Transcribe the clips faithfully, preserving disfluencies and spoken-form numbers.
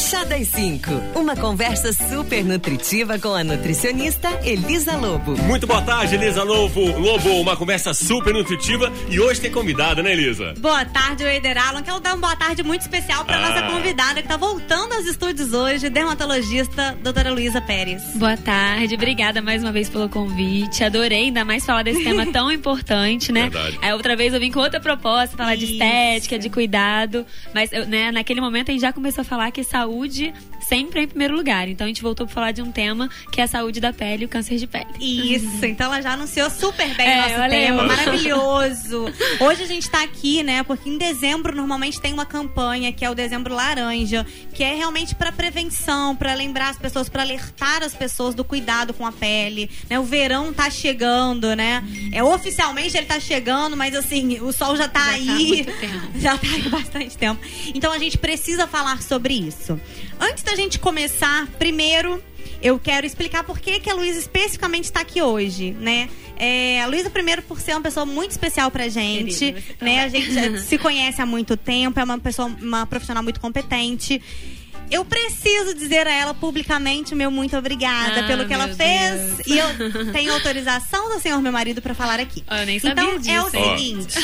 Chá das cinco, uma conversa super nutritiva com a nutricionista Elisa Lobo. Muito boa tarde, Elisa Lobo. Lobo, uma conversa super nutritiva e hoje tem convidada, né, Elisa? Boa tarde, Eider Alan. Quero dar uma boa tarde muito especial para ah. nossa convidada que tá voltando aos estúdios hoje, dermatologista, doutora Luísa Pérez. Boa tarde, obrigada mais uma vez pelo convite. Adorei ainda mais falar desse tema tão importante, né? Verdade. Aí outra vez eu vim com outra proposta, falar Isso. de estética, de cuidado, mas né, naquele momento a gente já começou a falar que saúde sempre é em primeiro lugar. Então a gente voltou para falar de um tema que é a saúde da pele e o câncer de pele. Isso, então ela já anunciou super bem é, o nosso olha tema, eu. maravilhoso. Hoje a gente tá aqui, né, porque em dezembro normalmente tem uma campanha que é o Dezembro Laranja, que é realmente para prevenção, para lembrar as pessoas, para alertar as pessoas do cuidado com a pele, né? O verão tá chegando, né? É, oficialmente ele tá chegando, mas assim, o sol já tá já aí. Tá há muito tempo. Já tá aí bastante tempo. Então a gente precisa falar sobre isso. Antes da gente começar, primeiro eu quero explicar por que, que a Luísa especificamente está aqui hoje, né? É, a Luísa, primeiro, por ser uma pessoa muito especial pra gente, Querida, né? A gente já se conhece há muito tempo, é uma pessoa, uma profissional muito competente. Eu preciso dizer a ela publicamente o meu muito obrigada ah, pelo que ela fez. Deus. E eu tenho autorização do senhor meu marido pra falar aqui. Eu nem sabia então, disso, é o hein? seguinte.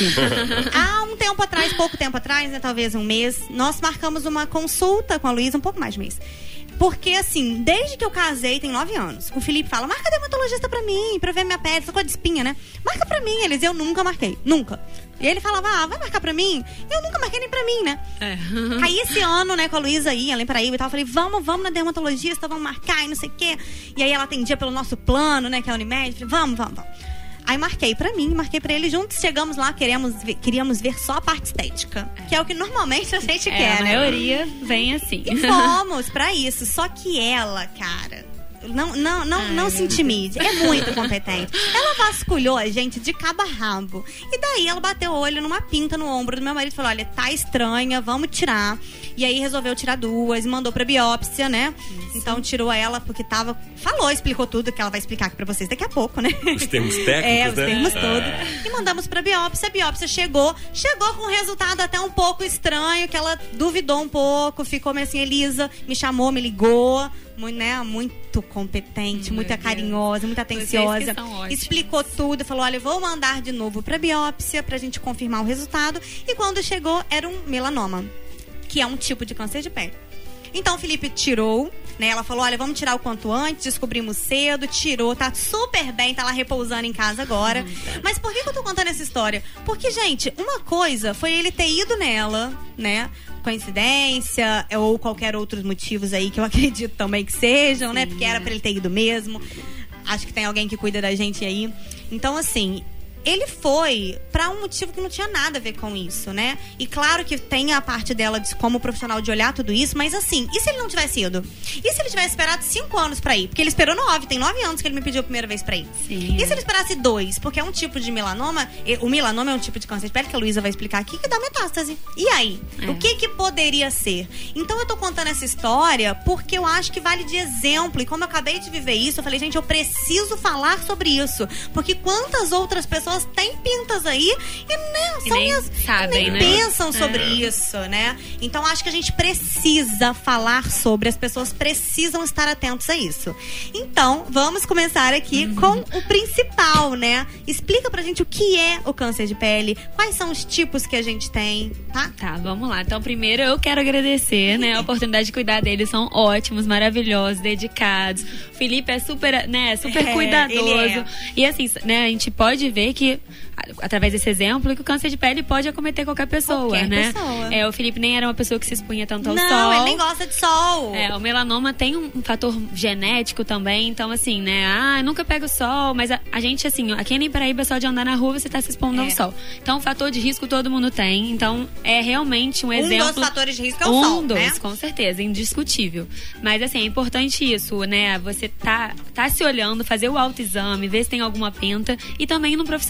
Há um tempo atrás, pouco tempo atrás, né, talvez um mês, nós marcamos uma consulta com a Luísa, um pouco mais de mês. Porque, assim, desde que eu casei, tem nove anos, o Felipe fala, marca dermatologista pra mim, pra ver minha pele, essa coisa de espinha, né? Marca pra mim, eles, eu nunca marquei, nunca. E ele falava, ah, vai marcar pra mim? Eu nunca marquei nem pra mim, né? É. Aí esse ano, né, com a Luísa ia, além pra ir e tal, eu falei, vamos, vamos na dermatologista, vamos marcar e não sei o quê. E aí ela atendia pelo nosso plano, né, que é a Unimed, falei, vamos, vamos, vamos. Aí marquei pra mim, marquei pra ele juntos, chegamos lá, queremos ver, queríamos ver só a parte estética, é. que é o que normalmente a gente é, quer, a né? A maioria vem assim. E fomos pra isso, só que ela, cara... Não, não, não, Ai, não se intimide. É muito competente. Ela vasculhou a gente de cabo a rabo. E daí ela bateu o olho numa pinta no ombro do meu marido e falou, olha, tá estranha, vamos tirar. E aí resolveu tirar duas, mandou pra biópsia, né? Isso. Então tirou ela porque tava... Falou, explicou tudo, que ela vai explicar aqui pra vocês daqui a pouco, né? Os termos técnicos, É, os né? termos ah. todos. E mandamos pra biópsia. A biópsia chegou. Chegou com um resultado até um pouco estranho, que ela duvidou um pouco. Ficou meio assim, Elisa me chamou, me ligou. Muito, né, muito competente, hum, muito carinhosa, muito atenciosa. Explicou tudo, falou, olha, eu vou mandar de novo pra biópsia pra gente confirmar o resultado. E quando chegou, era um melanoma, que é um tipo de câncer de pele. Então o Felipe tirou, né? Ela falou, olha, vamos tirar o quanto antes, descobrimos cedo, tirou, tá super bem, tá lá repousando em casa agora. Hum, tá. Mas por que, que eu tô contando essa história? Porque, gente, uma coisa foi ele ter ido nela, né? Coincidência ou qualquer outros motivos aí que eu acredito também que sejam, Sim. né? Porque era pra ele ter ido mesmo. Acho que tem alguém que cuida da gente aí. Então, assim, ele foi pra um motivo que não tinha nada a ver com isso, né? E claro que tem a parte dela de, como profissional de olhar tudo isso, mas assim, e se ele não tivesse ido? E se ele tivesse esperado cinco anos pra ir? Porque ele esperou nove, tem nove anos que ele me pediu a primeira vez pra ir. Sim. E se ele esperasse dois? Porque é um tipo de melanoma, o melanoma é um tipo de câncer de pele que a Luísa vai explicar aqui, que dá metástase. E aí? É. O que que poderia ser? Então eu tô contando essa história porque eu acho que vale de exemplo. E como eu acabei de viver isso, eu falei, gente, eu preciso falar sobre isso. Porque quantas outras pessoas têm pintas aí e, né, e são nem minhas, sabem, nem né? pensam sobre é. isso, né? Então acho que a gente precisa falar sobre, as pessoas precisam estar atentos a isso. Então, vamos começar aqui uhum. com o principal, né? Explica pra gente o que é o câncer de pele, quais são os tipos que a gente tem, tá? Tá, vamos lá. Então, primeiro eu quero agradecer, né? A oportunidade de cuidar deles, são ótimos, maravilhosos, dedicados. O Felipe é super, né? Super é, cuidadoso. Ele é. E assim, né? A gente pode ver que, através desse exemplo, que o câncer de pele pode acometer qualquer pessoa, qualquer né? Pessoa. É, o Felipe nem era uma pessoa que se expunha tanto ao Não, sol. Não, ele nem gosta de sol. É, o melanoma tem um, um fator genético também, então assim, né? Ah, nunca pega o sol, mas a, a gente, assim, aqui em Paraíba, só de andar na rua, você tá se expondo é. ao sol. Então, o fator de risco todo mundo tem, então é realmente um, um exemplo... Um dos fatores de risco é o um sol, Um dos, né? com certeza, indiscutível. Mas assim, é importante isso, né? Você tá, tá se olhando, fazer o autoexame, ver se tem alguma pinta e também ir num profissional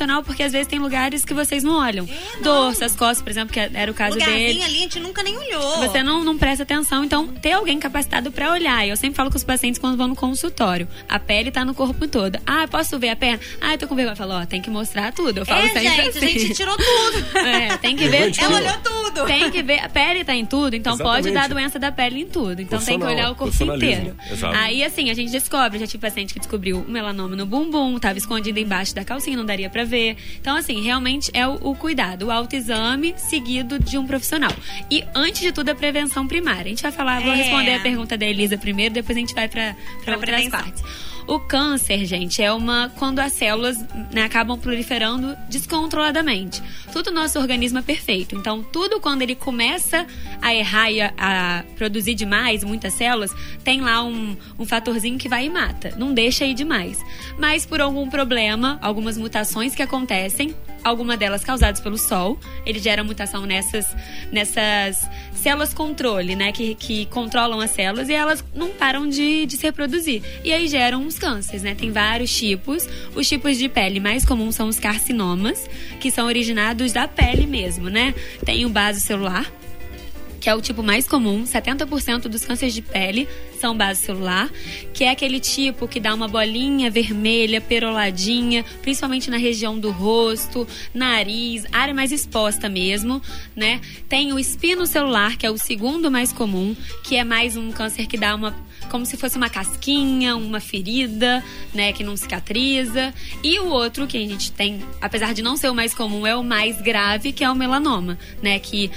profissional, porque às vezes tem lugares que vocês não olham. É, dorso, as costas, por exemplo, que era o caso lugarzinho dele. ali a gente nunca nem olhou. Você não, não presta atenção, então ter alguém capacitado pra olhar. Eu sempre falo com os pacientes quando vão no consultório. A pele tá no corpo todo. Ah, posso ver a perna? Ah, eu tô com vergonha. Eu falo, ó, tem que mostrar tudo. Eu falo é, sempre gente, assim. a gente tirou tudo. É, tem que ver. Ela olhou tudo. Tem que ver. A pele tá em tudo, então Exatamente. pode dar doença da pele em tudo. Então tem que olhar o corpo inteiro. Exato. Aí, assim, a gente descobre. Já tive paciente que descobriu o melanoma no bumbum, tava escondido embaixo da calcinha, não daria pra ver. Então, assim, realmente é o, o cuidado, o autoexame seguido de um profissional. E, antes de tudo, a prevenção primária. A gente vai falar, vou É. responder a pergunta da Elisa primeiro, depois a gente vai pra, pra, Pra outras prevenção. partes. O câncer, gente, é uma quando as células, né, acabam proliferando descontroladamente. Tudo no nosso organismo é perfeito. Então, tudo quando ele começa a errar e a, a produzir demais, muitas células, tem lá um, um fatorzinho que vai e mata. Não deixa ir demais. Mas por algum problema, algumas mutações que acontecem, alguma delas causadas pelo sol, ele gera mutação nessas, nessas células controle, né? Que, que controlam as células e elas não param de, de se reproduzir. E aí geram os cânceres, né? Tem vários tipos. Os tipos de pele mais comuns são os carcinomas, que são originados da pele mesmo, né? Tem o basocelular, que é o tipo mais comum. setenta por cento dos cânceres de pele são basocelular, que é aquele tipo que dá uma bolinha vermelha, peroladinha, principalmente na região do rosto, nariz, área mais exposta mesmo, né? Tem o espinocelular, que é o segundo mais comum, que é mais um câncer que dá uma como se fosse uma casquinha, uma ferida, né, que não cicatriza. E o outro que a gente tem, apesar de não ser o mais comum, é o mais grave, que é o melanoma, né, que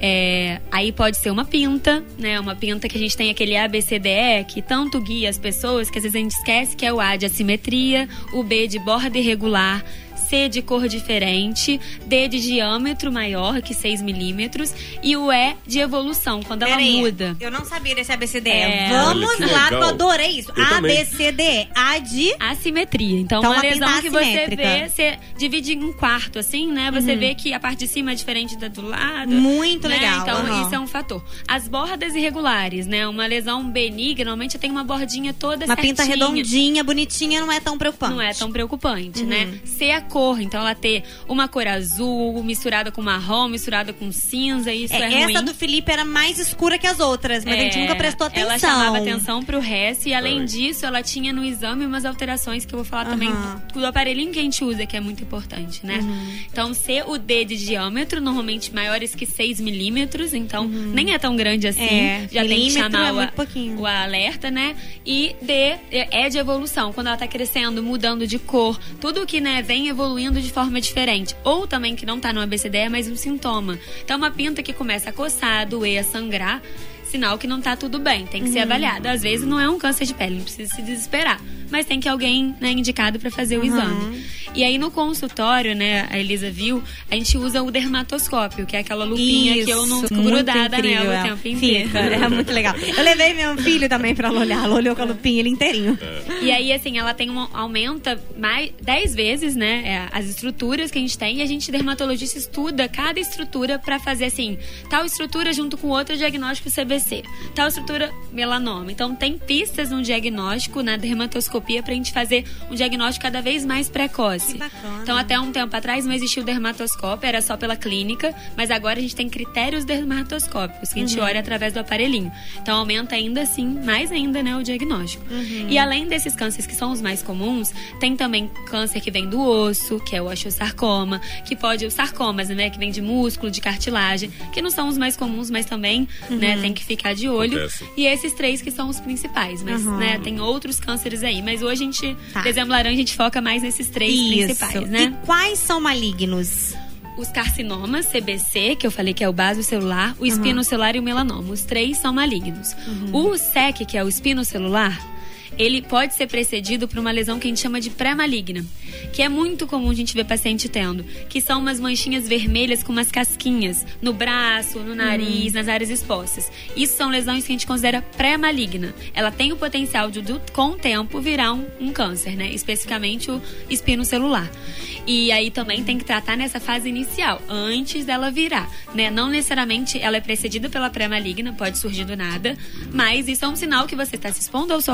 é, aí pode ser uma pinta, né, uma pinta que a gente tem aquele A B C D E, que tanto guia as pessoas, que às vezes a gente esquece, que é o A de assimetria, o B de borda irregular, C de cor diferente, D de diâmetro maior que seis milímetros e o E de evolução, quando ela Peraí, muda. eu não sabia desse A B C D E. É. Vamos Olha, que lá, legal. eu adorei isso. Eu A, também. B, C, D, E. A de... Assimetria. Então, Então, uma uma lesão pinta que você assimétrica. vê, você divide em um quarto, assim, né? Você Uhum. vê que a parte de cima é diferente da do lado. Muito né? legal, Então, aham. isso é um fator. As bordas irregulares, né? Uma lesão benigna, normalmente tem uma bordinha toda Uma certinha. pinta redondinha, bonitinha, não é tão preocupante. Não é tão preocupante, Uhum. né? Ser a cor, então ela ter uma cor azul, misturada com marrom, misturada com cinza, isso é, É, ruim. essa do Felipe era mais escura que as outras, mas a gente É, nunca prestou atenção. Ela chamava atenção pro resto e além Ai. disso, ela tinha no exame umas alterações que eu vou falar também Aham. do, do aparelhinho que a gente usa, que é muito importante, né? Então, ser o D de diâmetro, normalmente maiores que seis milímetros, então nem é tão grande assim. É, já tem que milímetro chamar é o, muito pouquinho. o alerta, né? E D é de evolução, quando ela tá crescendo, mudando de cor, tudo que, né, vem evoluindo de forma diferente. Ou também que não tá no A B C D E, é mais um sintoma. Então, uma pinta que começa a coçar, a doer, a sangrar, sinal que não tá tudo bem, tem que ser avaliado. Às vezes não é um câncer de pele, não precisa se desesperar, mas tem que alguém, né, indicado pra fazer o Uhum. exame. E aí no consultório, né, a Elisa viu, a gente usa o dermatoscópio, que é aquela lupinha que eu não fico muito grudada incrível, nela o ela. tempo inteiro. Fica, é muito legal. Eu levei meu filho também pra ela olhar, ela olhou com a lupinha ele inteirinho. E aí, assim, ela tem uma, aumenta mais dez vezes, né, é, as estruturas que a gente tem, e a gente, dermatologista, estuda cada estrutura pra fazer, assim, tal estrutura junto com outro diagnóstico C B C, tal estrutura melanoma. Então, tem pistas no diagnóstico, na dermatoscopia, pra gente fazer um diagnóstico cada vez mais precoce. Que bacana. Então, até um tempo atrás não existia o dermatoscópio, era só pela clínica, mas agora a gente tem critérios dermatoscópicos, que a gente olha através do aparelhinho. Então, aumenta ainda assim, mais ainda, né, o diagnóstico. E além desses cânceres que são os mais comuns, tem também câncer que vem do osso, que é o osteosarcoma, que pode, os sarcomas, né, que vem de músculo, de cartilagem, que não são os mais comuns, mas também, né, tem que ficar de olho. Acontece. E esses três que são os principais, mas, Uhum. né, tem outros cânceres aí. Mas hoje a gente, Tá. dezembro laranja, a gente foca mais nesses três principais, né? E quais são malignos? Os carcinomas, C B C, que eu falei que é o basocelular, o espinocelular e o melanoma. Os três são malignos. O S E C, que é o espinocelular, ele pode ser precedido por uma lesão que a gente chama de pré-maligna, que é muito comum a gente ver paciente tendo, que são umas manchinhas vermelhas com umas casquinhas no braço, no nariz, nas áreas expostas. Isso são lesões que a gente considera pré-maligna. Ela tem o potencial de, do, com o tempo, virar um, um câncer, né? Especificamente o espinocelular. E aí também tem que tratar nessa fase inicial, antes dela virar, né? Não necessariamente ela é precedida pela pré-maligna, pode surgir do nada, mas isso é um sinal que você está se expondo ao sol demais,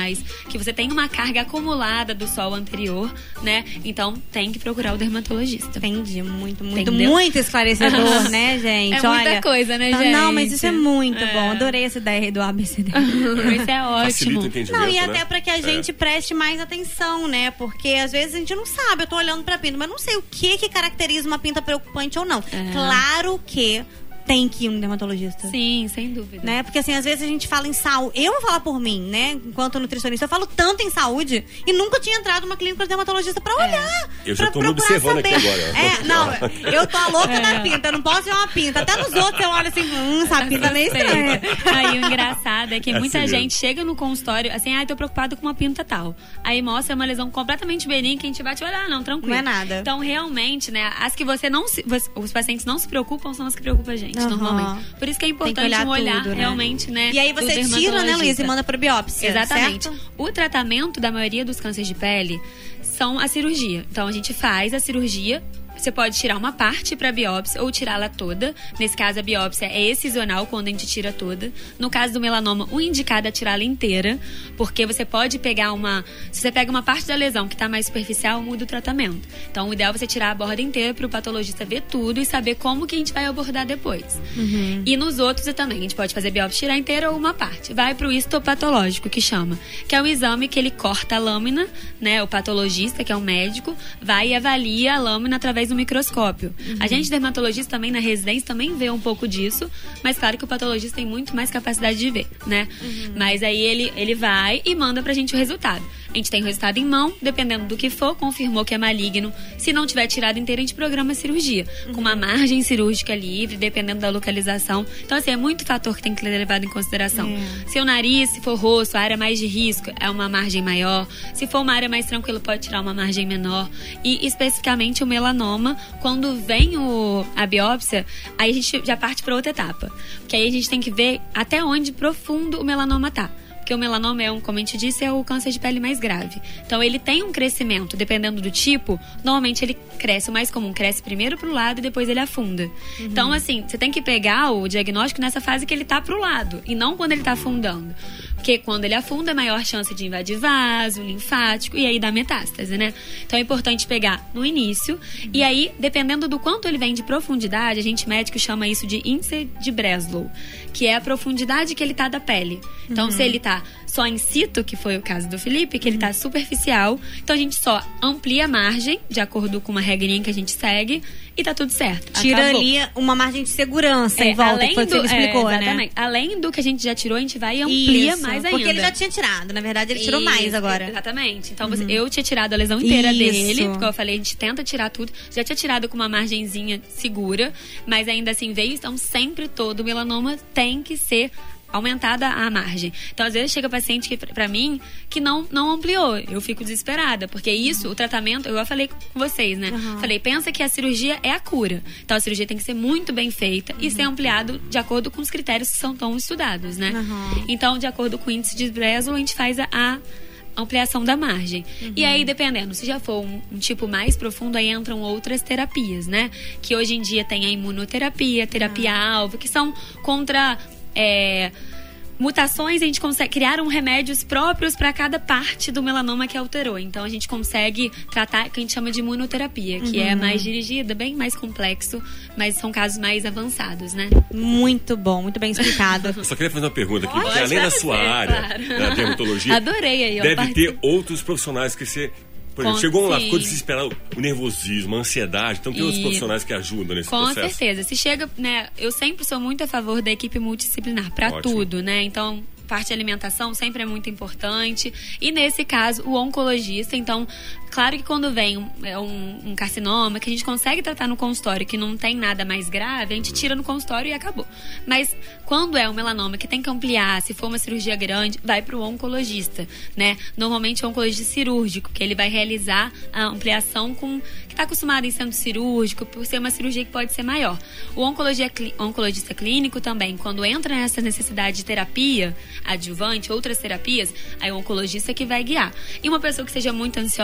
mais, que você tem uma carga acumulada do sol anterior, né? Então tem que procurar o dermatologista. Entendi, muito, muito, Entendeu? muito esclarecedor, né, gente? É muita Olha, coisa, né, tá, gente? Não, mas isso é muito É. bom. Adorei essa ideia aí do A B C D. Isso é ótimo. Facilita o entendimento, Não, e né? até pra que a gente É. preste mais atenção, né? Porque às vezes a gente não sabe, eu tô olhando pra pinta, mas não sei o que que caracteriza uma pinta preocupante ou não. É. Claro que tem que ir um dermatologista. Sim, sem dúvida. Né? Porque assim, às vezes a gente fala em saúde. Eu vou falar por mim, né? Enquanto nutricionista, eu falo tanto em saúde e nunca tinha entrado numa clínica de dermatologista pra olhar. Eu já pra tô me procurar observando saber. aqui agora. É, não, eu tô a louca É. da pinta, eu não posso ver uma pinta. Até nos outros eu olho assim, hum, essa pinta meio estranha. Aí o engraçado é que É muita assim gente mesmo. chega no consultório assim, ai, ah, tô preocupado com uma pinta tal. Aí mostra uma lesão completamente benigna, que a gente bate e olha, ah, não, tranquilo. Não é nada. Então, realmente, né, as que você não se, os pacientes não se preocupam são as que preocupam a gente, Aham. normalmente. Por isso que é Tem importante que olhar um olhar tudo, né? realmente, né? E aí do você tira, né, dermatologista. Luiz, e manda pra biópsia. Exatamente. Certo? O tratamento da maioria dos cânceres de pele são a cirurgia. Então a gente faz a cirurgia. Você pode tirar uma parte para biópsia ou tirá-la toda. Nesse caso, a biópsia é excisional, quando a gente tira toda. No caso do melanoma, o indicado é tirá-la inteira, porque você pode pegar uma... Se você pega uma parte da lesão que está mais superficial, muda o tratamento. Então, o ideal é você tirar a borda inteira para o patologista ver tudo e saber como que a gente vai abordar depois. Uhum. E nos outros também, a gente pode fazer biópsia, tirar inteira ou uma parte. Vai para o histopatológico, que chama, que é um exame que ele corta a lâmina, né? O patologista, que é o médico, vai e avalia a lâmina através do microscópio. Uhum. A gente, dermatologista, também na residência, também vê um pouco disso, mas claro que o patologista tem muito mais capacidade de ver, né? Uhum. Mas aí ele, ele vai e manda pra gente o resultado. A gente tem o resultado em mão, dependendo do que for, confirmou que é maligno. Se não tiver tirado inteiro, a gente programa a cirurgia, Uhum. com uma margem cirúrgica livre, dependendo da localização. Então, assim, é muito fator que tem que ser levado em consideração. É. Se o nariz, se for rosto, a área mais de risco, é uma margem maior. Se for uma área mais tranquila, pode tirar uma margem menor. E, especificamente, o melanoma, quando vem o, a biópsia, aí a gente já parte para outra etapa. Porque aí a gente tem que ver até onde profundo o melanoma tá. Porque o melanoma é um, como a gente disse, é o câncer de pele mais grave. Então ele tem um crescimento, dependendo do tipo, normalmente ele cresce, o mais comum cresce primeiro pro lado e depois ele afunda. Uhum. Então, assim, você tem que pegar o diagnóstico nessa fase que ele tá pro lado, e não quando ele tá afundando. Porque quando ele afunda, é maior chance de invadir vaso, linfático, e aí dá metástase, né? Então é importante pegar no início, uhum. e aí, dependendo do quanto ele vem de profundidade, a gente médico chama isso de índice de Breslow, que é a profundidade que ele tá da pele. Então, uhum. se ele tá só in situ, que foi o caso do Felipe, que ele tá superficial, então a gente só amplia a margem, de acordo com uma regrinha que a gente segue, e tá tudo certo. Tira Acabou. ali uma margem de segurança É, em volta, além que foi o que do, ele explicou, é, né? exatamente. Além do que a gente já tirou, a gente vai e amplia Isso, mais ainda. porque ele já tinha tirado, na verdade ele tirou Isso, mais agora. Exatamente. Então você, eu tinha tirado a lesão inteira Isso. dele, porque eu falei, a gente tenta tirar tudo. Já tinha tirado com uma margenzinha segura, mas ainda assim veio, então sempre todo melanoma tem que ser aumentada a margem. Então, às vezes, chega paciente que, pra mim que não, não ampliou. Eu fico desesperada, porque isso, o tratamento, eu já falei com vocês, né? Uhum. Falei, pensa que a cirurgia é a cura. Então, a cirurgia tem que ser muito bem feita uhum. e ser ampliado de acordo com os critérios que são tão estudados, né? Uhum. Então, de acordo com o índice de Breslow, a gente faz a, a ampliação da margem. Uhum. E aí, dependendo, se já for um, um tipo mais profundo, aí entram outras terapias, né? Que hoje em dia tem a imunoterapia, terapia-alvo, uhum. que são contra... É, mutações, a gente consegue criar um remédios próprios para cada parte do melanoma que alterou. Então a gente consegue tratar o que a gente chama de imunoterapia, que uhum. é mais dirigida, bem mais complexo, mas são casos mais avançados, né? Muito bom, muito bem explicado. Eu só queria fazer uma pergunta aqui, Pode, porque além da sua ser, área, claro. da dermatologia, adorei aí, deve ter outros profissionais que você... Por exemplo, Com, chegou um lá, sim. ficou desesperado, o nervosismo, a ansiedade. Então tem outros E... profissionais que ajudam nesse Com processo. Com certeza. Se chega, né, eu sempre sou muito a favor da equipe multidisciplinar, para tudo, né? Então, parte de alimentação sempre é muito importante. E nesse caso, o oncologista, então, claro que quando vem um, um, um carcinoma, que a gente consegue tratar no consultório, que não tem nada mais grave, a gente tira no consultório e acabou. Mas quando é um melanoma que tem que ampliar, se for uma cirurgia grande, vai pro oncologista, né? Normalmente é um oncologista cirúrgico, que ele vai realizar a ampliação com... que está acostumado em centro cirúrgico, por ser uma cirurgia que pode ser maior. O oncologia, oncologista clínico também, quando entra nessa necessidade de terapia adjuvante, outras terapias, aí o oncologista que vai guiar. E uma pessoa que seja muito ansiosa, o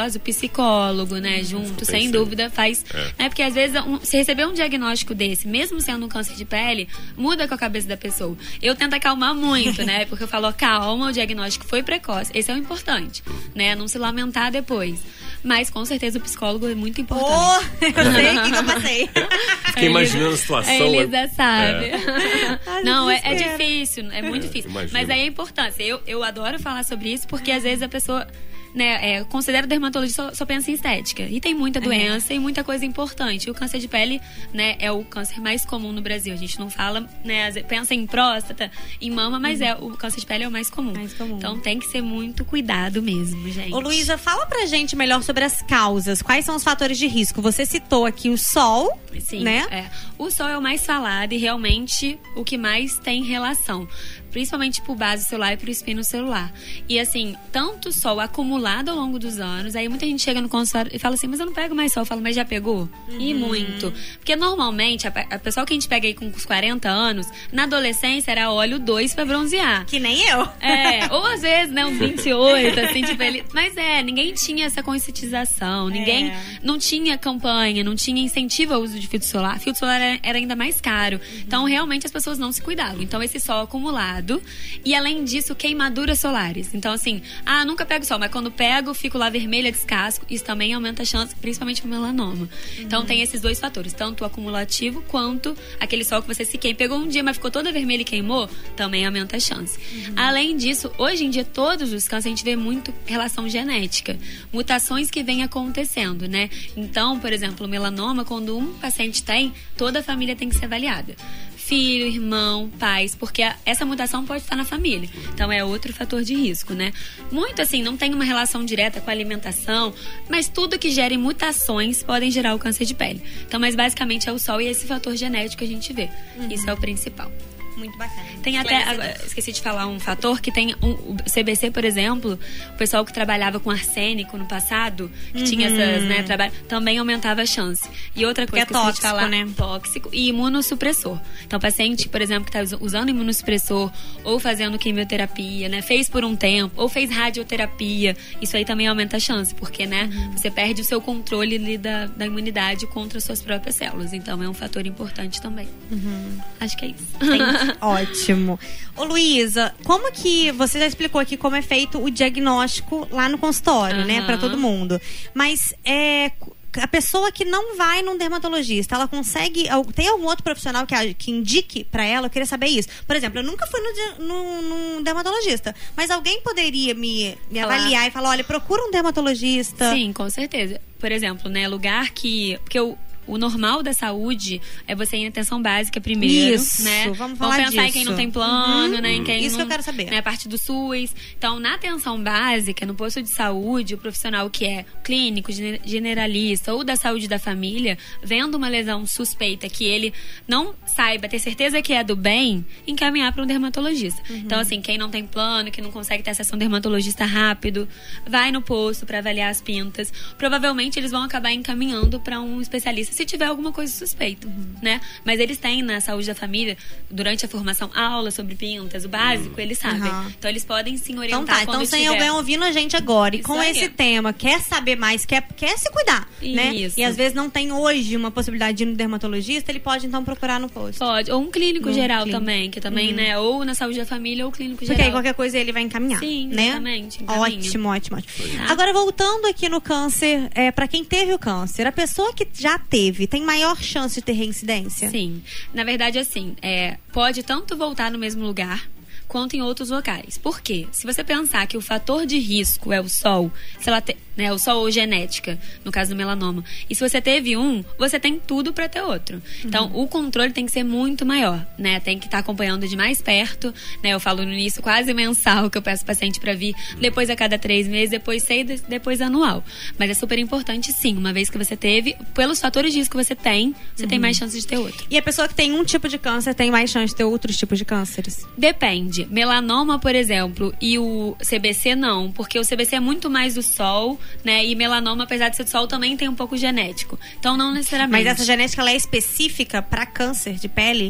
psicólogo, né, junto, sem dúvida, faz... É. Né, porque às vezes, um, se receber um diagnóstico desse, mesmo sendo um câncer de pele, muda com a cabeça da pessoa. Eu tento acalmar muito, né, porque eu falo, calma, o diagnóstico foi precoce. Esse é o importante, né, não se lamentar depois. Mas, com certeza, o psicólogo é muito importante. Oh, eu sei o que, que eu passei. Fiquei imaginando a situação. A Elisa sabe. Ai, Não, é, é desespero. difícil, é muito difícil. imagino. Mas aí a importância. Eu, eu adoro falar sobre isso, porque às vezes a pessoa... Né, é, considera o dermatologista só, só pensa em estética. E tem muita doença é. e muita coisa importante. E o câncer de pele, né, é o câncer mais comum no Brasil. A gente não fala, né, pensa em próstata, em mama, mas uhum. é o câncer de pele é o mais comum. mais comum. Então tem que ser muito cuidado mesmo, gente. Ô, Luísa, fala pra gente melhor sobre as causas. Quais são os fatores de risco? Você citou aqui o sol, Sim, né? É. O sol é o mais falado e realmente o que mais tem relação. Principalmente pro base celular e pro espino celular. E assim, tanto sol acumulado ao longo dos anos, aí muita gente chega no consultório e fala assim, mas eu não pego mais sol. Eu falo, mas já pegou? Uhum. E muito. Porque normalmente, a, a pessoa que a gente pega aí com os quarenta anos, na adolescência era óleo dois pra bronzear. Que nem eu. É, ou às vezes, né, uns vinte e oito, assim, tipo, ele... Mas é, ninguém tinha essa conscientização, ninguém... É. Não tinha campanha, não tinha incentivo ao uso de filtro solar. Filtro solar era, era ainda mais caro. Uhum. Então, realmente, as pessoas não se cuidavam. Então, esse sol acumulado. E além disso, queimaduras solares. Então, assim, ah, nunca pego sol, mas quando pego, fico lá vermelha, descasco. Isso também aumenta a chance, principalmente pro melanoma. Uhum. Então, tem esses dois fatores, tanto o acumulativo quanto aquele sol que você se queima. Pegou um dia, mas ficou toda vermelha e queimou, também aumenta a chance. Uhum. Além disso, hoje em dia, todos os cânceres, a gente vê muito relação genética. Mutações que vêm acontecendo, né? Então, por exemplo, o melanoma, quando um paciente tem, toda a família tem que ser avaliada. Filho, irmão, pais, porque a, essa mutação pode estar na família. Então é outro fator de risco, né? Muito assim, não tem uma relação direta com a alimentação, mas tudo que gere mutações podem gerar o câncer de pele. Então, mas basicamente é o sol e esse fator genético que a gente vê. Uhum. Isso é o principal. Muito bacana. Tem até, agora, esqueci de falar um fator que tem um, o C B C, por exemplo, o pessoal que trabalhava com arsênico no passado, que uhum. tinha essas, né, trabalho, também aumentava a chance. E outra coisa que é que eu tóxico, de falar, né? Tóxico e imunossupressor. Então, paciente, por exemplo, que está usando imunossupressor ou fazendo quimioterapia, né, fez por um tempo, ou fez radioterapia, isso aí também aumenta a chance, porque, né, uhum. você perde o seu controle ali da, da imunidade contra as suas próprias células. Então, é um fator importante também. Uhum. Acho que é isso. Entendi. Ótimo. Ô, Luísa, como que... Você já explicou aqui como é feito o diagnóstico lá no consultório, uhum. né? Pra todo mundo. Mas, é... a pessoa que não vai num dermatologista, ela consegue... Tem algum outro profissional que, que indique pra ela? Eu queria saber isso. Por exemplo, eu nunca fui no, no, num dermatologista, mas alguém poderia me, me avaliar e falar, olha, procura um dermatologista. Sim, com certeza. Por exemplo, né, lugar que... Porque eu... O normal da saúde é você ir em atenção básica primeiro, Isso, né? vamos falar vamos pensar disso. em quem não tem plano, uhum. né? Em quem Isso não, que eu quero saber. Né, a parte do SUS. Então, na atenção básica, no posto de saúde, o profissional que é clínico, generalista ou da saúde da família, vendo uma lesão suspeita que ele não saiba, ter certeza que é do bem, encaminhar para um dermatologista. Uhum. Então, assim, quem não tem plano, que não consegue ter acesso a um dermatologista rápido, vai no posto para avaliar as pintas. Provavelmente, eles vão acabar encaminhando para um especialista se tiver alguma coisa suspeita, uhum. né? Mas eles têm na saúde da família, durante a formação, aulas sobre pintas, o básico, eles sabem. Uhum. Então eles podem sim orientar. Então tá, quando então sem tiver... alguém ouvindo a gente agora. E Isso com aí. esse tema, quer saber mais, quer, quer se cuidar, né? Isso. E às vezes não tem hoje uma possibilidade de ir no dermatologista, ele pode então procurar no posto. Pode, ou um clínico no geral clínico. também, que também, uhum. né? Ou na saúde da família ou clínico Porque geral. aí qualquer coisa ele vai encaminhar, sim, né? Exatamente. Ótimo, ótimo, ótimo. Tá. Agora, voltando aqui no câncer, é, para quem teve o câncer, a pessoa que já teve, tem maior chance de ter reincidência? Sim. Na verdade, assim, é, pode tanto voltar no mesmo lugar quanto em outros locais. Por quê? Se você pensar que o fator de risco é o sol, se ela te, né, o sol ou genética, no caso do melanoma, e se você teve um, você tem tudo para ter outro. Uhum. Então, o controle tem que ser muito maior, né? Tem que estar tá acompanhando de mais perto, né? Eu falo no início quase mensal que eu peço o paciente para vir, depois a cada três meses, depois seis, depois anual. Mas é super importante, sim, uma vez que você teve, pelos fatores de risco que você tem, você uhum. tem mais chance de ter outro. E a pessoa que tem um tipo de câncer tem mais chance de ter outros tipos de cânceres? Depende. Melanoma, por exemplo, e o C B C não, porque o C B C é muito mais do sol, né? E melanoma, apesar de ser do sol, também tem um pouco genético. Então, não necessariamente. Mas essa genética, ela é específica para câncer de pele?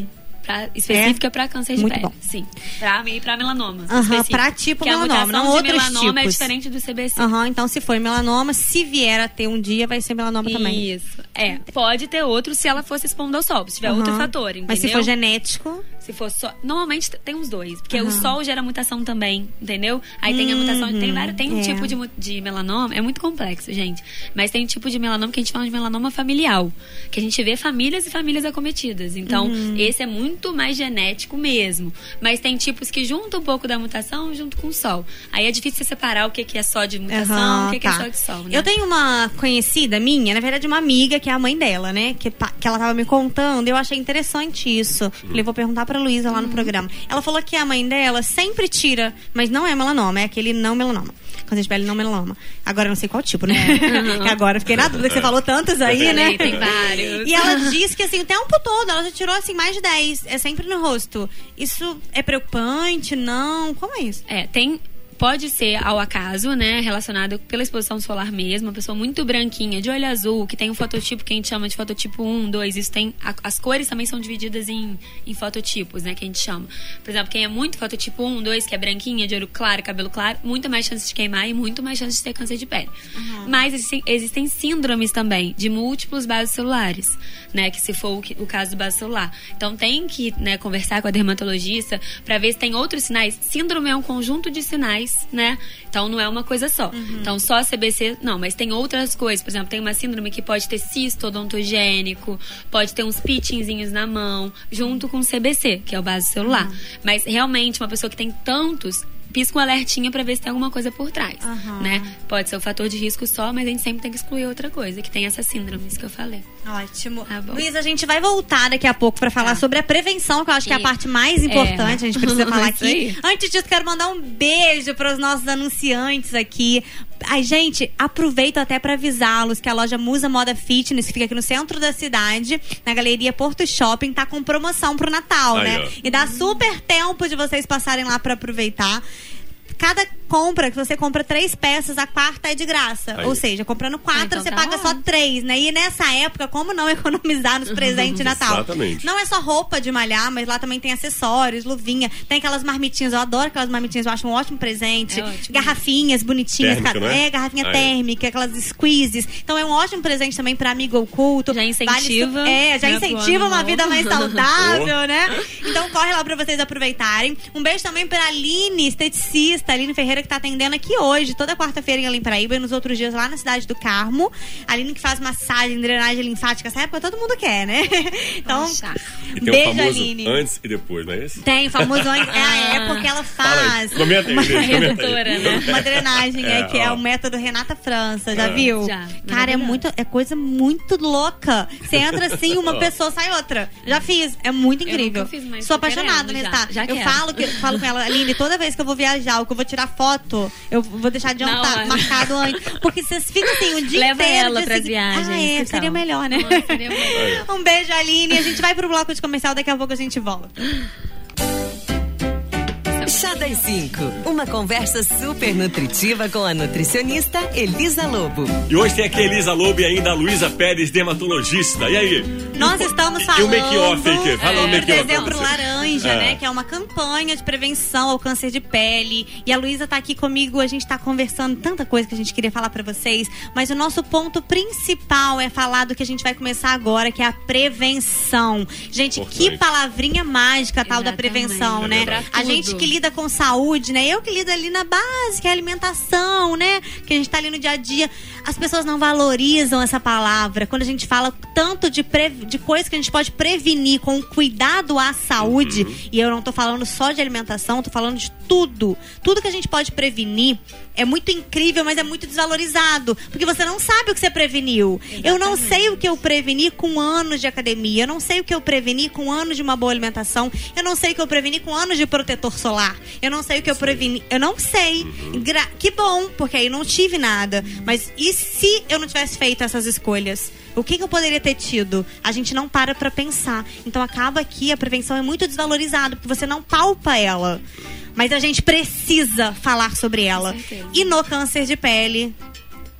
pra, específica é. para câncer de Muito pele. Bom. Sim. Pra, e pra melanoma. Uhum, pra tipo Porque melanoma, a não de outros melanoma tipos. é diferente do C B C. Uhum, então se for melanoma, se vier a ter um dia, vai ser melanoma Isso. também. Isso. É. Pode ter outro se ela fosse expondo ao sol, se tiver Uhum. outro fator, entendeu? Mas se for genético... Se for só... Normalmente tem uns dois. Porque Uhum. o sol gera mutação também, entendeu? Aí tem a mutação... Uhum. Tem, vários, tem um É. tipo de, de melanoma... É muito complexo, gente. Mas tem um tipo de melanoma que a gente fala de melanoma familiar. Que a gente vê famílias e famílias acometidas. Então, Uhum. esse é muito mais genético mesmo. Mas tem tipos que juntam um pouco da mutação junto com o sol. Aí é difícil você separar o que que é só de mutação Uhum, o que, tá. que é só de sol, né? Eu tenho uma conhecida minha, na verdade uma amiga, que é a mãe dela, né? Que, que ela tava me contando, eu achei interessante isso. Falei, vou perguntar pra Luísa lá no programa. Ela falou que a mãe dela sempre tira, mas não é melanoma, é aquele não melanoma. Câncer de pele não melanoma. Agora eu não sei qual tipo, né? É. Uhum. Agora eu fiquei na dúvida que você falou tantos aí, né? Tem vários. E ela disse que assim, o tempo todo, ela já tirou assim mais de dez. É sempre no rosto. Isso é preocupante? Não? Como é isso? É, tem... Pode ser ao acaso, né? Relacionado pela exposição solar mesmo. Uma pessoa muito branquinha, de olho azul, que tem um fototipo que a gente chama de fototipo um, dois. Isso tem... A, as cores também são divididas em, em fototipos, né? Que a gente chama. Por exemplo, quem é muito fototipo um, dois, que é branquinha, de olho claro, cabelo claro, muito mais chance de queimar e muito mais chance de ter câncer de pele. Uhum. Mas existem, existem síndromes também, de múltiplos vasos celulares, né? Que se for o, que, o caso do vaso celular. Então tem que, né, conversar com a dermatologista pra ver se tem outros sinais. Síndrome é um conjunto de sinais, né? Então não é uma coisa só. Uhum. Então só C B C, não, mas tem outras coisas. Por exemplo, tem uma síndrome que pode ter cisto odontogênico, pode ter uns pitchinzinhos na mão, junto com C B C, que é o vaso celular. Uhum. Mas realmente uma pessoa que tem tantos, pisca um alertinha pra ver se tem alguma coisa por trás, uhum. né? Pode ser o fator de risco só, mas a gente sempre tem que excluir outra coisa, que tem essas síndromes que eu falei. Ótimo. Tá bom. Luísa, a gente vai voltar daqui a pouco pra falar tá. sobre a prevenção, que eu acho que é a E... parte mais importante, é. a gente precisa falar aqui. Aí. Antes disso, quero mandar um beijo para os nossos anunciantes aqui. Ai, gente, aproveito até pra avisá-los que a loja Musa Moda Fitness, que fica aqui no centro da cidade, na Galeria Porto Shopping, tá com promoção pro Natal, Aí, né? ó. E dá super tempo de vocês passarem lá pra aproveitar. Cada compra, que você compra três peças, a quarta é de graça. Aí. Ou seja, comprando quatro, Ah, então você tá paga bom. só três, né? E nessa época, como não economizar nos presentes de Natal? Exatamente. Não é só roupa de malhar, mas lá também tem acessórios, luvinha. Tem aquelas marmitinhas, eu adoro aquelas marmitinhas, eu acho um ótimo presente. É ótimo. Garrafinhas bonitinhas. Térmica, ca- não é? É, garrafinha Ah, é. térmica, aquelas squeezes. Então é um ótimo presente também pra amigo oculto. Já incentiva, Vale su- é, já né, pro incentiva ano uma novo. vida mais saudável, né? Então corre lá pra vocês aproveitarem. Um beijo também pra Aline, esteticista, Aline Ferreira, que tá atendendo aqui hoje, toda quarta-feira em Alim Paraíba e nos outros dias lá na cidade do Carmo. A Aline que faz massagem, drenagem linfática, essa época todo mundo quer, né? Então, Nossa. E tem beijo, o famoso Aline. antes e depois, não é esse? Tem o famoso antes. É a época que ela Fala aí. faz Comenta aí, uma, Inês, comenta aí. Redutora, né? uma drenagem É, aí, que é ó. o método Renata França, já É. viu? Já, Cara, é, maravilhoso. muito, é coisa muito louca. Você entra assim, uma Ó. pessoa sai outra. Já fiz, é muito Eu incrível. nunca fiz, mas Sou tô apaixonada querendo nesse já. tá? Já Eu quero. falo, que, falo com ela, Aline, toda vez que eu vou viajar, ou que eu vou tirar foto, eu vou deixar de Na jantar hora. marcado antes. Porque vocês ficam assim, o dia Leva inteiro. ela dia pras seguinte- viagens, Ah, é, que seria tal? melhor, né? Nossa, seria melhor. Um beijo, Aline. A gente vai pro bloco de comercial, daqui a pouco a gente volta. Chá das cinco. Uma conversa super nutritiva com a nutricionista Elisa Lobo. E hoje tem aqui a Elisa Lobo e ainda a Luísa Pérez, dermatologista. E aí? Nós estamos falando E o make-off aí, que fala o é, make-off pra Dezembro você. Laranja, É. né? Que é uma campanha de prevenção ao câncer de pele. E a Luísa tá aqui comigo, a gente tá conversando tanta coisa que a gente queria falar pra vocês. Mas o nosso ponto principal é falar do que a gente vai começar agora, que é a prevenção. Gente, que Importante. palavrinha mágica a tal da Exatamente. prevenção, É né? verdade. A gente Tudo. que lida com saúde, né? Eu que lido ali na base, que é a alimentação, né? Que a gente tá ali no dia a dia. As pessoas não valorizam essa palavra. Quando a gente fala tanto de, pre... de coisas que a gente pode prevenir com cuidado à saúde, Uhum. e eu não tô falando só de alimentação, tô falando de tudo. Tudo que a gente pode prevenir é muito incrível, mas é muito desvalorizado. Porque você não sabe o que você preveniu. Eu não sei o que eu preveni com anos de academia. Eu não sei o que eu preveni com anos de uma boa alimentação. Eu não sei o que eu preveni com anos de protetor solar. Eu não sei o que eu preveni. Eu não sei. Gra- Que bom, porque aí não tive nada. Mas e se eu não tivesse feito essas escolhas? O que, que eu poderia ter tido? A gente não para pra pensar. Então acaba que a prevenção é muito desvalorizada, porque você não palpa ela. Mas a gente precisa falar sobre ela. certeza. E no câncer de pele,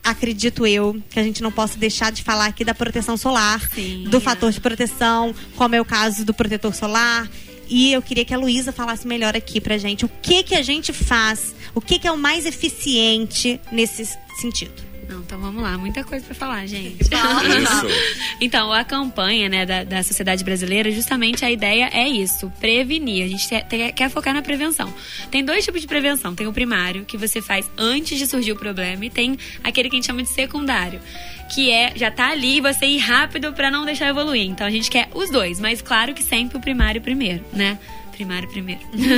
acredito eu, que a gente não possa deixar de falar aqui da proteção solar, Sim, do é. fator de proteção, como é o caso do protetor solar. E eu queria que a Luísa falasse melhor aqui pra gente o que que a gente faz, o que que é o mais eficiente nesse sentido. Não, então vamos lá, muita coisa pra falar, gente. Isso. Então, a campanha, né, da, da sociedade brasileira, justamente a ideia é isso, prevenir. A gente te, te, quer focar na prevenção. Tem dois tipos de prevenção. Tem o primário, que você faz antes de surgir o problema, e tem aquele que a gente chama de secundário, que é, já tá ali, você ir rápido pra não deixar evoluir. Então, a gente quer os dois, mas claro que sempre o primário primeiro, né? Primário primeiro.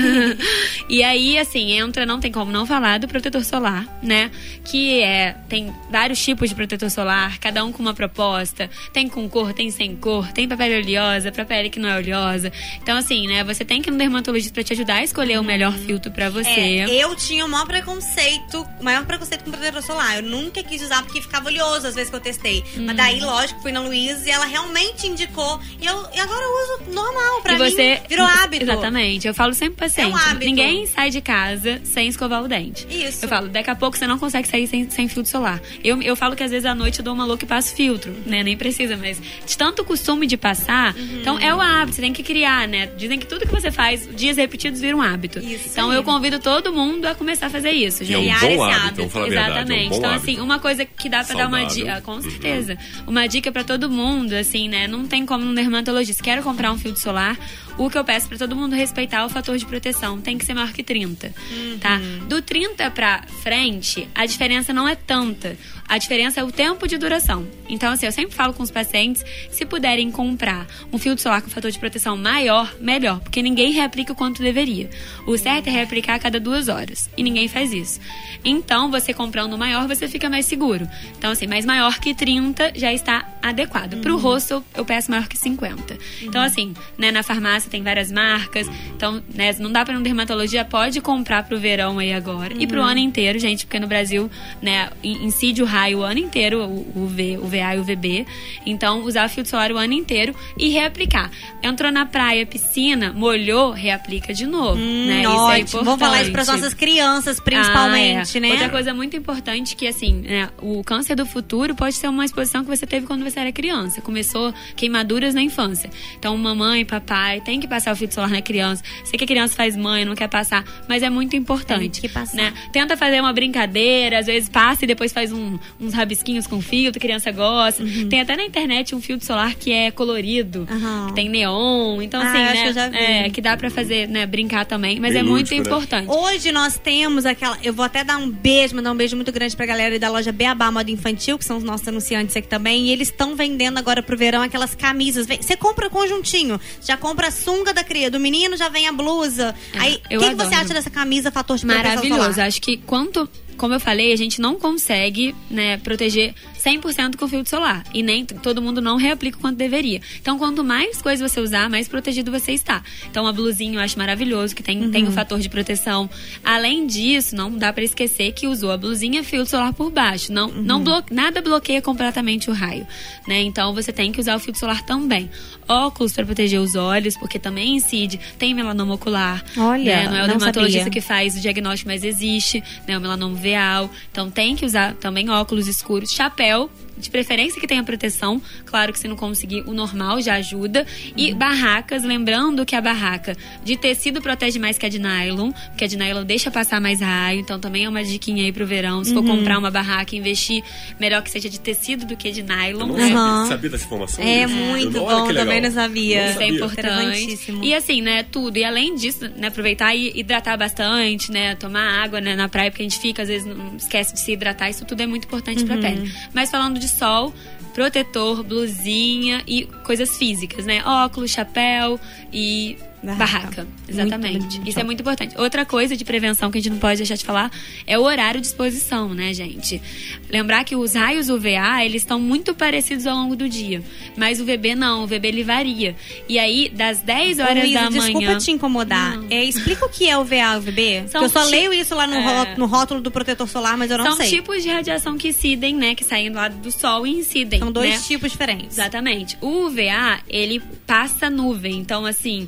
E aí, assim, entra, não tem como não falar do protetor solar, né? Que é, tem vários tipos de protetor solar, cada um com uma proposta. Tem com cor, tem sem cor, tem pra pele oleosa, pra pele que não é oleosa. Então, assim, né, você tem que ir no dermatologista pra te ajudar a escolher o melhor filtro pra você. É, eu tinha o maior preconceito, o maior preconceito com protetor solar. Eu nunca quis usar porque ficava oleoso às vezes que eu testei. Hum. Mas daí, lógico, fui na Luísa e ela realmente indicou. E, eu, e agora eu uso normal, pra E mim você, virou hábito. Exatamente. Eu falo sempre pro paciente, É um hábito. ninguém sai de casa sem escovar o dente. Isso. Eu falo, daqui a pouco você não consegue sair sem, sem filtro solar. Eu, eu falo que às vezes à noite eu dou uma louca e passo filtro, né? Nem precisa, mas de tanto costume de passar, Uhum. então é o hábito, você tem que criar, né? Dizem que tudo que você faz, dias repetidos, vira um hábito. Isso Então aí. eu convido todo mundo a começar a fazer isso, E é um gente. Criar esse bom hábito, hábito. vamos falar a verdade. Exatamente. É um bom Então, hábito. assim, uma coisa que dá pra dar uma Saudável. dica, com Uhum. certeza. Uma dica pra todo mundo, assim, né? Não tem como no dermatologista. Quero comprar um filtro solar. O que eu peço pra todo mundo respeitar é o fator de proteção. Tem que ser maior que trinta, tá? Do trinta pra frente, a diferença não é tanta. A diferença é o tempo de duração. Então, assim, eu sempre falo com os pacientes, se puderem comprar um filtro solar com fator de proteção maior, melhor. Porque ninguém reaplica o quanto deveria. O certo é reaplicar a cada duas horas. E ninguém faz isso. Então, você comprando maior, você fica mais seguro. Então, assim, mas maior que trinta já está adequado. Pro rosto, eu peço maior que cinquenta. Então, assim, né, na farmácia tem várias marcas. Então, né, não dá pra ir no dermatologia, pode comprar pro verão aí agora. E pro ano inteiro, gente, porque no Brasil, né, incide o raio o ano inteiro, o, o, v, o V A e o V B. Então, usar o filtro solar o ano inteiro e reaplicar. Entrou na praia, piscina, molhou, reaplica de novo. Hum, né? ótimo. Isso é importante. Vamos falar isso pras nossas crianças, principalmente, Ah, é. né? Outra coisa muito importante que, assim, né, o câncer do futuro pode ser uma exposição que você teve quando você era criança. Começou queimaduras na infância. Então, mamãe, papai, tem que passar o filtro solar na criança. Sei que a criança faz mãe, não quer passar, mas é muito importante. Tem que passar. Né? Tenta fazer uma brincadeira, às vezes passa e depois faz um, uns rabisquinhos com filtro, a criança gosta. Uhum. Tem até na internet um filtro solar que é colorido, Uhum. que tem neon. Então, Ah, assim, acho né, que eu já vi. é, que dá pra fazer, né, brincar também, mas Bem é muito lúdico, né? importante. Hoje nós temos aquela. Eu vou até dar um beijo, mandar um beijo muito grande pra galera da loja Beabá Moda Infantil, que são os nossos anunciantes aqui também. E eles estão vendendo agora pro verão aquelas camisas. Vem- Você compra conjuntinho, já compra a sunga da cria, do menino já vem a blusa. É, Aí, o eu que, que você adoro. acha dessa camisa fator de proteção Maravilhoso. solar? Acho que quanto, como eu falei, a gente não consegue, né, proteger cem por cento com filtro solar. E nem t- todo mundo não reaplica o quanto deveria. Então, quanto mais coisa você usar, mais protegido você está. Então, a blusinha eu acho maravilhoso, que tem, tem o fator de proteção. Além disso, não dá pra esquecer que usou a blusinha, filtro solar por baixo. Não, não blo- nada bloqueia completamente o raio, né? Então, você tem que usar o filtro solar também. Óculos para proteger os olhos, porque também incide. Tem melanoma ocular. Olha, né? Não é o não dermatologista sabia. que faz o diagnóstico, mas existe, né? O melanoma uveal. Então tem que usar também óculos escuros, chapéu, de preferência que tenha proteção. Claro que se não conseguir, o normal já ajuda. E barracas, lembrando que a barraca de tecido protege mais que a de nylon, porque a de nylon deixa passar mais raio. Então também é uma diquinha aí pro verão. Se for comprar uma barraca, investir, melhor que seja de tecido do que de Eu nylon, não né? sabia, Uhum. sabia dessa informação? É Isso. muito Eu- olha bom, que legal. também não sabia. Não Isso é sabia. importante. Interessantíssimo. E assim, né, tudo. E além disso, né, aproveitar e hidratar bastante, né, tomar água, né, na praia, porque a gente fica, às vezes, não esquece de se hidratar. Isso tudo é muito importante Uhum. pra pele. Mas falando de sol, protetor, blusinha e coisas físicas, né? Óculos, chapéu e Barraca. barraca. Exatamente. Muito, muito Isso é muito importante. Outra coisa de prevenção que a gente não pode deixar de falar é o horário de exposição, né, gente? Lembrar que os raios U V A, eles estão muito parecidos ao longo do dia. Mas o V B não, o V B ele varia. E aí, das dez horas Ô, Luísa, da desculpa manhã... te incomodar. Não. É, explica o que é o V A e o V B. São Porque eu só ti- leio isso lá no, é. ró- no rótulo do protetor solar, mas eu não São sei. tipos de radiação que incidem, né? Que saem do lado do sol e incidem. São dois né? tipos diferentes. Exatamente. O U V A, ele passa nuvem. Então, assim, independente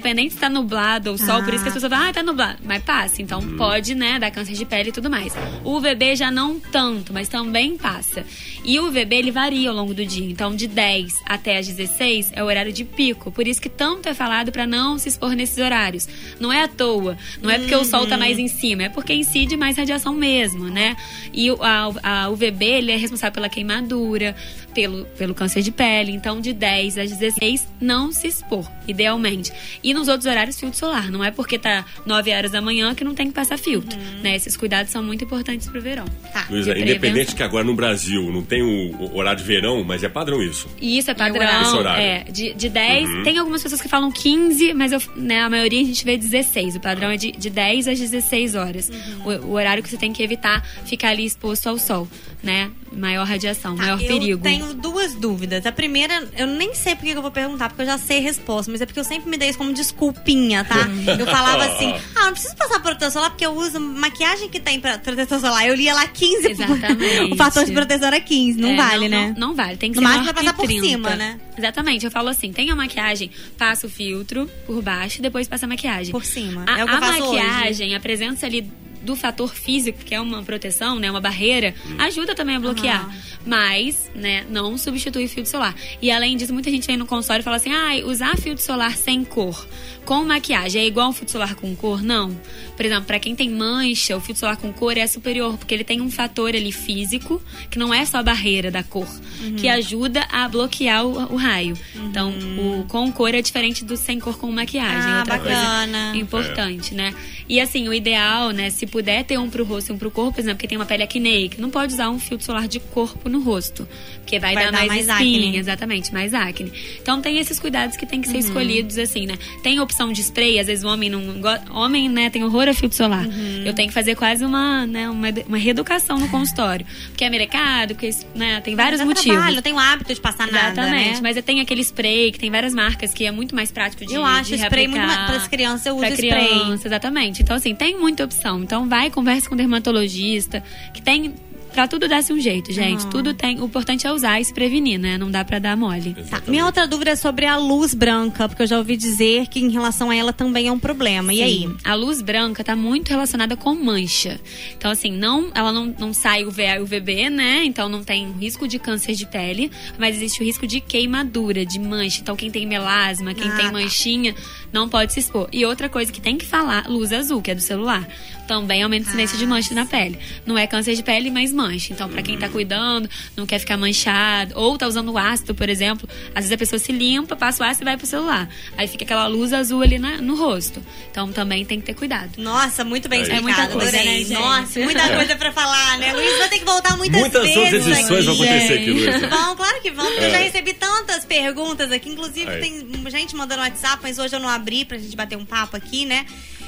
independente se tá nublado ou sol, Ah. por isso que as pessoas falam, ah, tá nublado, mas passa. Então pode, né, dar câncer de pele e tudo mais. O U V B já não tanto, mas também passa. E o U V B, ele varia ao longo do dia. Então, de dez até as dezesseis é o horário de pico. Por isso que tanto é falado pra não se expor nesses horários. Não é à toa. Não é porque o sol tá mais em cima. É porque incide mais radiação mesmo, né? E o- a, a U V B, ele é responsável pela queimadura, pelo, pelo câncer de pele. Então, de dez às dezesseis, não se expor, idealmente. E nos outros horários, filtro solar. Não é porque tá nove horas da manhã que não tem que passar filtro, né? Esses cuidados são muito importantes pro verão. Tá. Luísa, De independente prevenção. que agora no Brasil não tem o, o horário de verão, mas é padrão isso. E isso é horário? Esse padrão. horário. É, de, de dez. Tem algumas pessoas que falam quinze, mas eu, né, a maioria a gente vê dezesseis. O padrão é de, de dez às dezesseis horas. O, o horário que você tem que evitar ficar ali exposto ao sol, né? Maior radiação, Tá, maior eu perigo. tenho duas dúvidas. A primeira, eu nem sei por que eu vou perguntar, porque eu já sei a resposta, mas é porque eu sempre me dei isso como desculpinha, tá? Eu falava assim, ah, não preciso passar protetor solar porque eu uso maquiagem que tem pra protetor solar. Eu lia lá quinze. Exatamente. O fator de proteção era quinze, não É, vale, né? Não, não vale, tem que No ser máximo maior vai passar que por trinta. cima, né? Exatamente, eu falo assim, tem a maquiagem, passa o filtro por baixo e depois passa a maquiagem. Por cima. A, É o que eu a faço hoje. maquiagem, a presença ali do fator físico, que é uma proteção, né, uma barreira, ajuda também a bloquear. Aham. Mas, né, não substitui o filtro solar. E além disso, muita gente vem no consultório e fala assim, ah, usar filtro solar sem cor com maquiagem é igual um filtro solar com cor? Não. Por exemplo, pra quem tem mancha, o filtro solar com cor é superior, porque ele tem um fator ali físico, que não é só a barreira da cor, que ajuda a bloquear o, o raio. Então, o com cor é diferente do sem cor com maquiagem. Ah, Outra bacana. coisa importante, né? E assim, o ideal, né, se puder ter um pro rosto e um pro corpo, por exemplo, porque tem uma pele acneica, não pode usar um filtro solar de corpo no rosto, porque vai, Vai dar, dar mais, mais espinha, acne. exatamente, mais acne. Então tem esses cuidados que tem que ser escolhidos, assim, né? Tem opção de spray, às vezes o homem não gosta, homem, né, tem horror a filtro solar. Eu tenho que fazer quase uma, né, uma, uma reeducação no consultório, porque é mercado, porque, né, tem vários Dá motivos. trabalho, não tenho hábito de passar nada, Exatamente, né? mas tem aquele spray que tem várias marcas que é muito mais prático de Eu acho de spray muito reaplicar. mais- pras crianças eu uso Pra spray. criança, exatamente. Então, assim, tem muita opção. Então, vai, conversa com o dermatologista, que tem... Pra tudo dar-se um jeito, gente. Uhum. Tudo tem... O importante é usar e se prevenir, né? Não dá pra dar mole. Tá. Minha outra dúvida é sobre a luz branca, porque eu já ouvi dizer que em relação a ela também é um problema. E aí? Sim. A luz branca tá muito relacionada com mancha. Então, assim, não, ela não, não sai o V A e o V B, né? Então, não tem risco de câncer de pele, mas existe o risco de queimadura, de mancha. Então, quem tem melasma, quem Ah, tem tá. manchinha, não pode se expor. E outra coisa que tem que falar, luz azul, que é do celular. Também aumenta a incidência Ah, de mancha na pele. Não é câncer de pele, mas mancha. Então, pra quem tá cuidando, não quer ficar manchado, ou tá usando ácido, por exemplo, às vezes a pessoa se limpa, passa o ácido e vai pro celular. Aí fica aquela luz azul ali na- no rosto. Então, também tem que ter cuidado. Nossa, muito bem É explicado, muita coisa, adorei. né, gente? Nossa, muita coisa pra falar, né? Luiz vai ter que voltar muitas, Muitas vezes outras edições vão aqui. acontecer aqui, Luísa. Vão, claro que vão, porque eu É. já recebi tantas perguntas aqui. Inclusive, Aí. tem gente mandando WhatsApp, mas hoje eu não abri pra gente bater um papo aqui, né?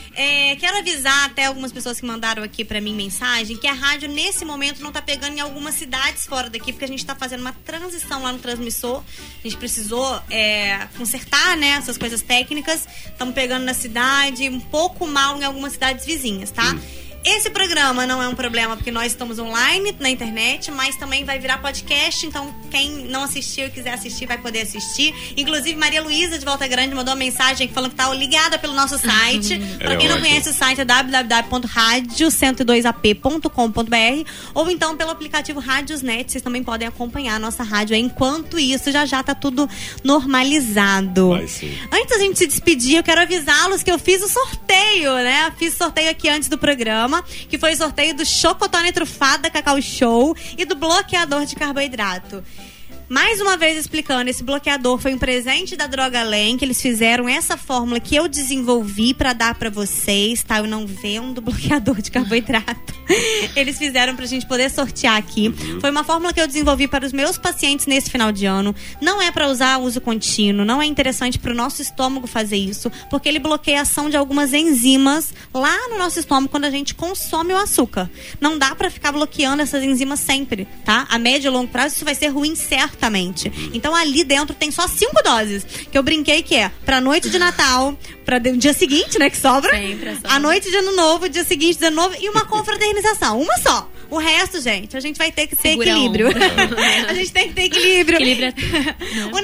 É, quero avisar até algumas pessoas que mandaram aqui pra mim mensagem que a rádio nesse momento não tá pegando em algumas cidades fora daqui, porque a gente tá fazendo uma transição lá no transmissor. A gente precisou é, consertar, né, essas coisas técnicas. Estamos pegando na cidade, um pouco mal em algumas cidades vizinhas, tá? Esse programa não é um problema porque nós estamos online na internet, mas também vai virar podcast, então quem não assistiu e quiser assistir vai poder assistir. Inclusive, Maria Luísa de Volta Grande mandou uma mensagem aqui falando que tá ligada pelo nosso site. Pra Ela quem é não ótima. conhece o site é w w w ponto rádio cento e dois a p ponto com ponto b r ou então pelo aplicativo Rádiosnet, vocês também podem acompanhar a nossa rádio aí. Enquanto isso, já já tá tudo normalizado. Vai sim. Antes da gente se despedir, eu quero avisá-los que eu fiz o sorteio, né? Fiz o sorteio aqui antes do programa, que foi o sorteio do Chocotone Trufado da Cacau Show e do bloqueador de carboidrato. Mais uma vez explicando, esse bloqueador foi um presente da Droga Além, que eles fizeram essa fórmula que eu desenvolvi pra dar pra vocês, tá? Eu não vendo bloqueador de carboidrato. Eles fizeram pra gente poder sortear aqui. Foi uma fórmula que eu desenvolvi para os meus pacientes nesse final de ano. Não é pra usar uso contínuo, não é interessante pro nosso estômago fazer isso, porque ele bloqueia a ação de algumas enzimas lá no nosso estômago quando a gente consome o açúcar. Não dá pra ficar bloqueando essas enzimas sempre, tá? A médio e longo prazo isso vai ser ruim certamente. Então ali dentro tem só cinco doses, que eu brinquei que é pra noite de Natal, pra o dia seguinte, né, que sobra, Sempre é só. a noite de Ano Novo, dia seguinte de Ano Novo e uma confraternização, uma só. O resto, gente, a gente vai ter que ter Segura a equilíbrio. onda. A gente tem que ter equilíbrio. Equilíbrio é tudo. O Natal tá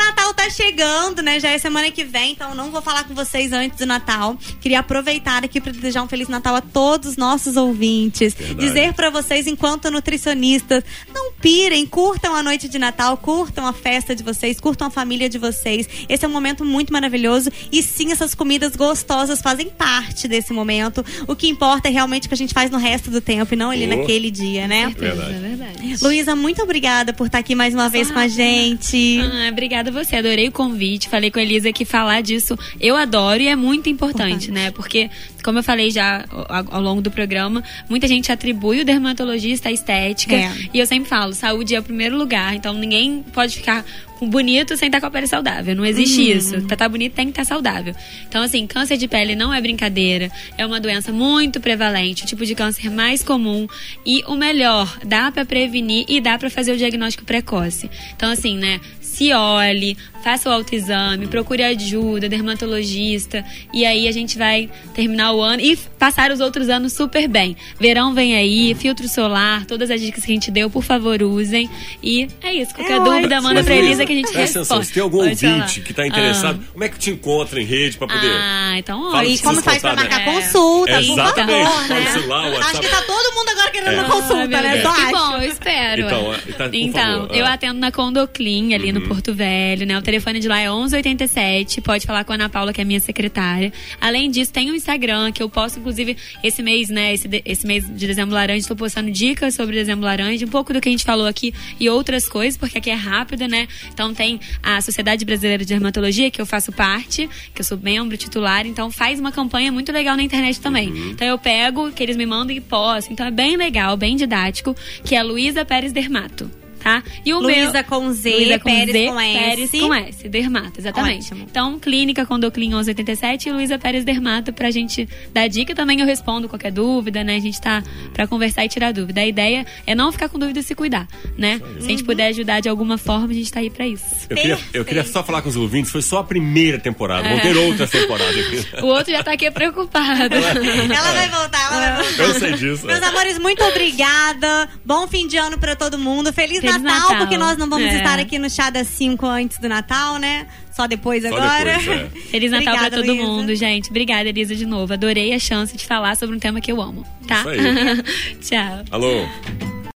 tá chegando, né? Já é semana que vem, então não vou falar com vocês antes do Natal. Queria aproveitar aqui para desejar um Feliz Natal a todos os nossos ouvintes. Verdade. Dizer para vocês, enquanto nutricionistas, não pirem, curtam a noite de Natal, curtam a festa de vocês, curtam a família de vocês. Esse é um momento muito maravilhoso e sim, essas comidas gostosas fazem parte desse momento. O que importa é realmente o que a gente faz no resto do tempo e não ali Oh. naquele dia, né? Verdade. É verdade. Luísa, muito obrigada por estar aqui mais uma vez com a gente. Ah, obrigada a você, adorei o convite. Falei com a Elisa que falar disso eu adoro e é muito importante, né? Porque, como eu falei já ao, ao longo do programa, muita gente atribui o dermatologista à estética. É. E eu sempre falo, saúde é o primeiro lugar. Então ninguém pode ficar bonito sem estar com a pele saudável. Não existe Uhum. isso. Pra estar bonito tem que estar saudável. Então, assim, câncer de pele não é brincadeira. É uma doença muito prevalente, o tipo de câncer mais comum. E o melhor, dá pra prevenir e dá pra fazer o diagnóstico precoce. Então, assim, né? Se olhe, faça o autoexame, procure ajuda, dermatologista. E aí a gente vai terminar o ano e passar os outros anos super bem. Verão vem aí, filtro solar, todas as dicas que a gente deu, por favor, usem. E é isso. Qualquer É dúvida, ótimo. manda pra Elisa que a gente Presta atenção, responde. se tem algum Pode ouvinte falar. que tá interessado, Ah. como é que te encontra em rede pra poder... Ah, então Fala E Precisa como faz pra contar, marcar né? consulta, por Exatamente. favor, Fala né? o celular, o Acho WhatsApp. que tá todo mundo agora querendo uma É. consulta, Ah, meu né? Deus. Só Que acho. bom, eu espero. Então, é, tá, por Então, favor, eu ah. atendo na Condoclin, ali no Porto Velho, né? O telefone de lá é onze oitenta e sete. Pode falar com a Ana Paula, que é minha secretária. Além disso, tem um Instagram que eu posto, inclusive, esse mês, né? Esse, de- esse mês de dezembro laranja, estou postando dicas sobre dezembro laranja, um pouco do que a gente falou aqui e outras coisas, porque aqui é rápido, né? Então tem a Sociedade Brasileira de Dermatologia, que eu faço parte, que eu sou membro titular, então faz uma campanha muito legal na internet também. Então eu pego, que eles me mandam e posto. Então é bem legal, bem didático, que é Luísa Pérez Dermato. Tá? E o Luísa meu... com Z, Luísa com Pérez Z, com S. Pérez com S, Dermato, exatamente. Ótimo. Então, clínica Condoclin onze oitenta e sete e Luísa Pérez Dermato pra gente dar dica. Também eu respondo qualquer dúvida, né? A gente tá pra conversar e tirar dúvida. A ideia é não ficar com dúvida e se cuidar, né? Se a gente puder ajudar de alguma forma, a gente tá aí pra isso. Eu queria, eu queria só falar com os ouvintes, foi só a primeira temporada, vão ter outras temporadas aqui. O outro já tá aqui preocupado. Ela vai voltar, ela vai voltar. Eu sei disso. Meus amores, muito obrigada. Bom fim de ano pra todo mundo. Feliz, Feliz Natal, Natal. porque nós não vamos É. estar aqui no Chá das cinco antes do Natal, né? Só depois Só agora. depois, é. Feliz Natal Obrigada, pra todo Luísa. mundo, gente. Obrigada, Elisa, de novo. Adorei a chance de falar sobre um tema que eu amo, tá? Isso aí. Tchau. Alô?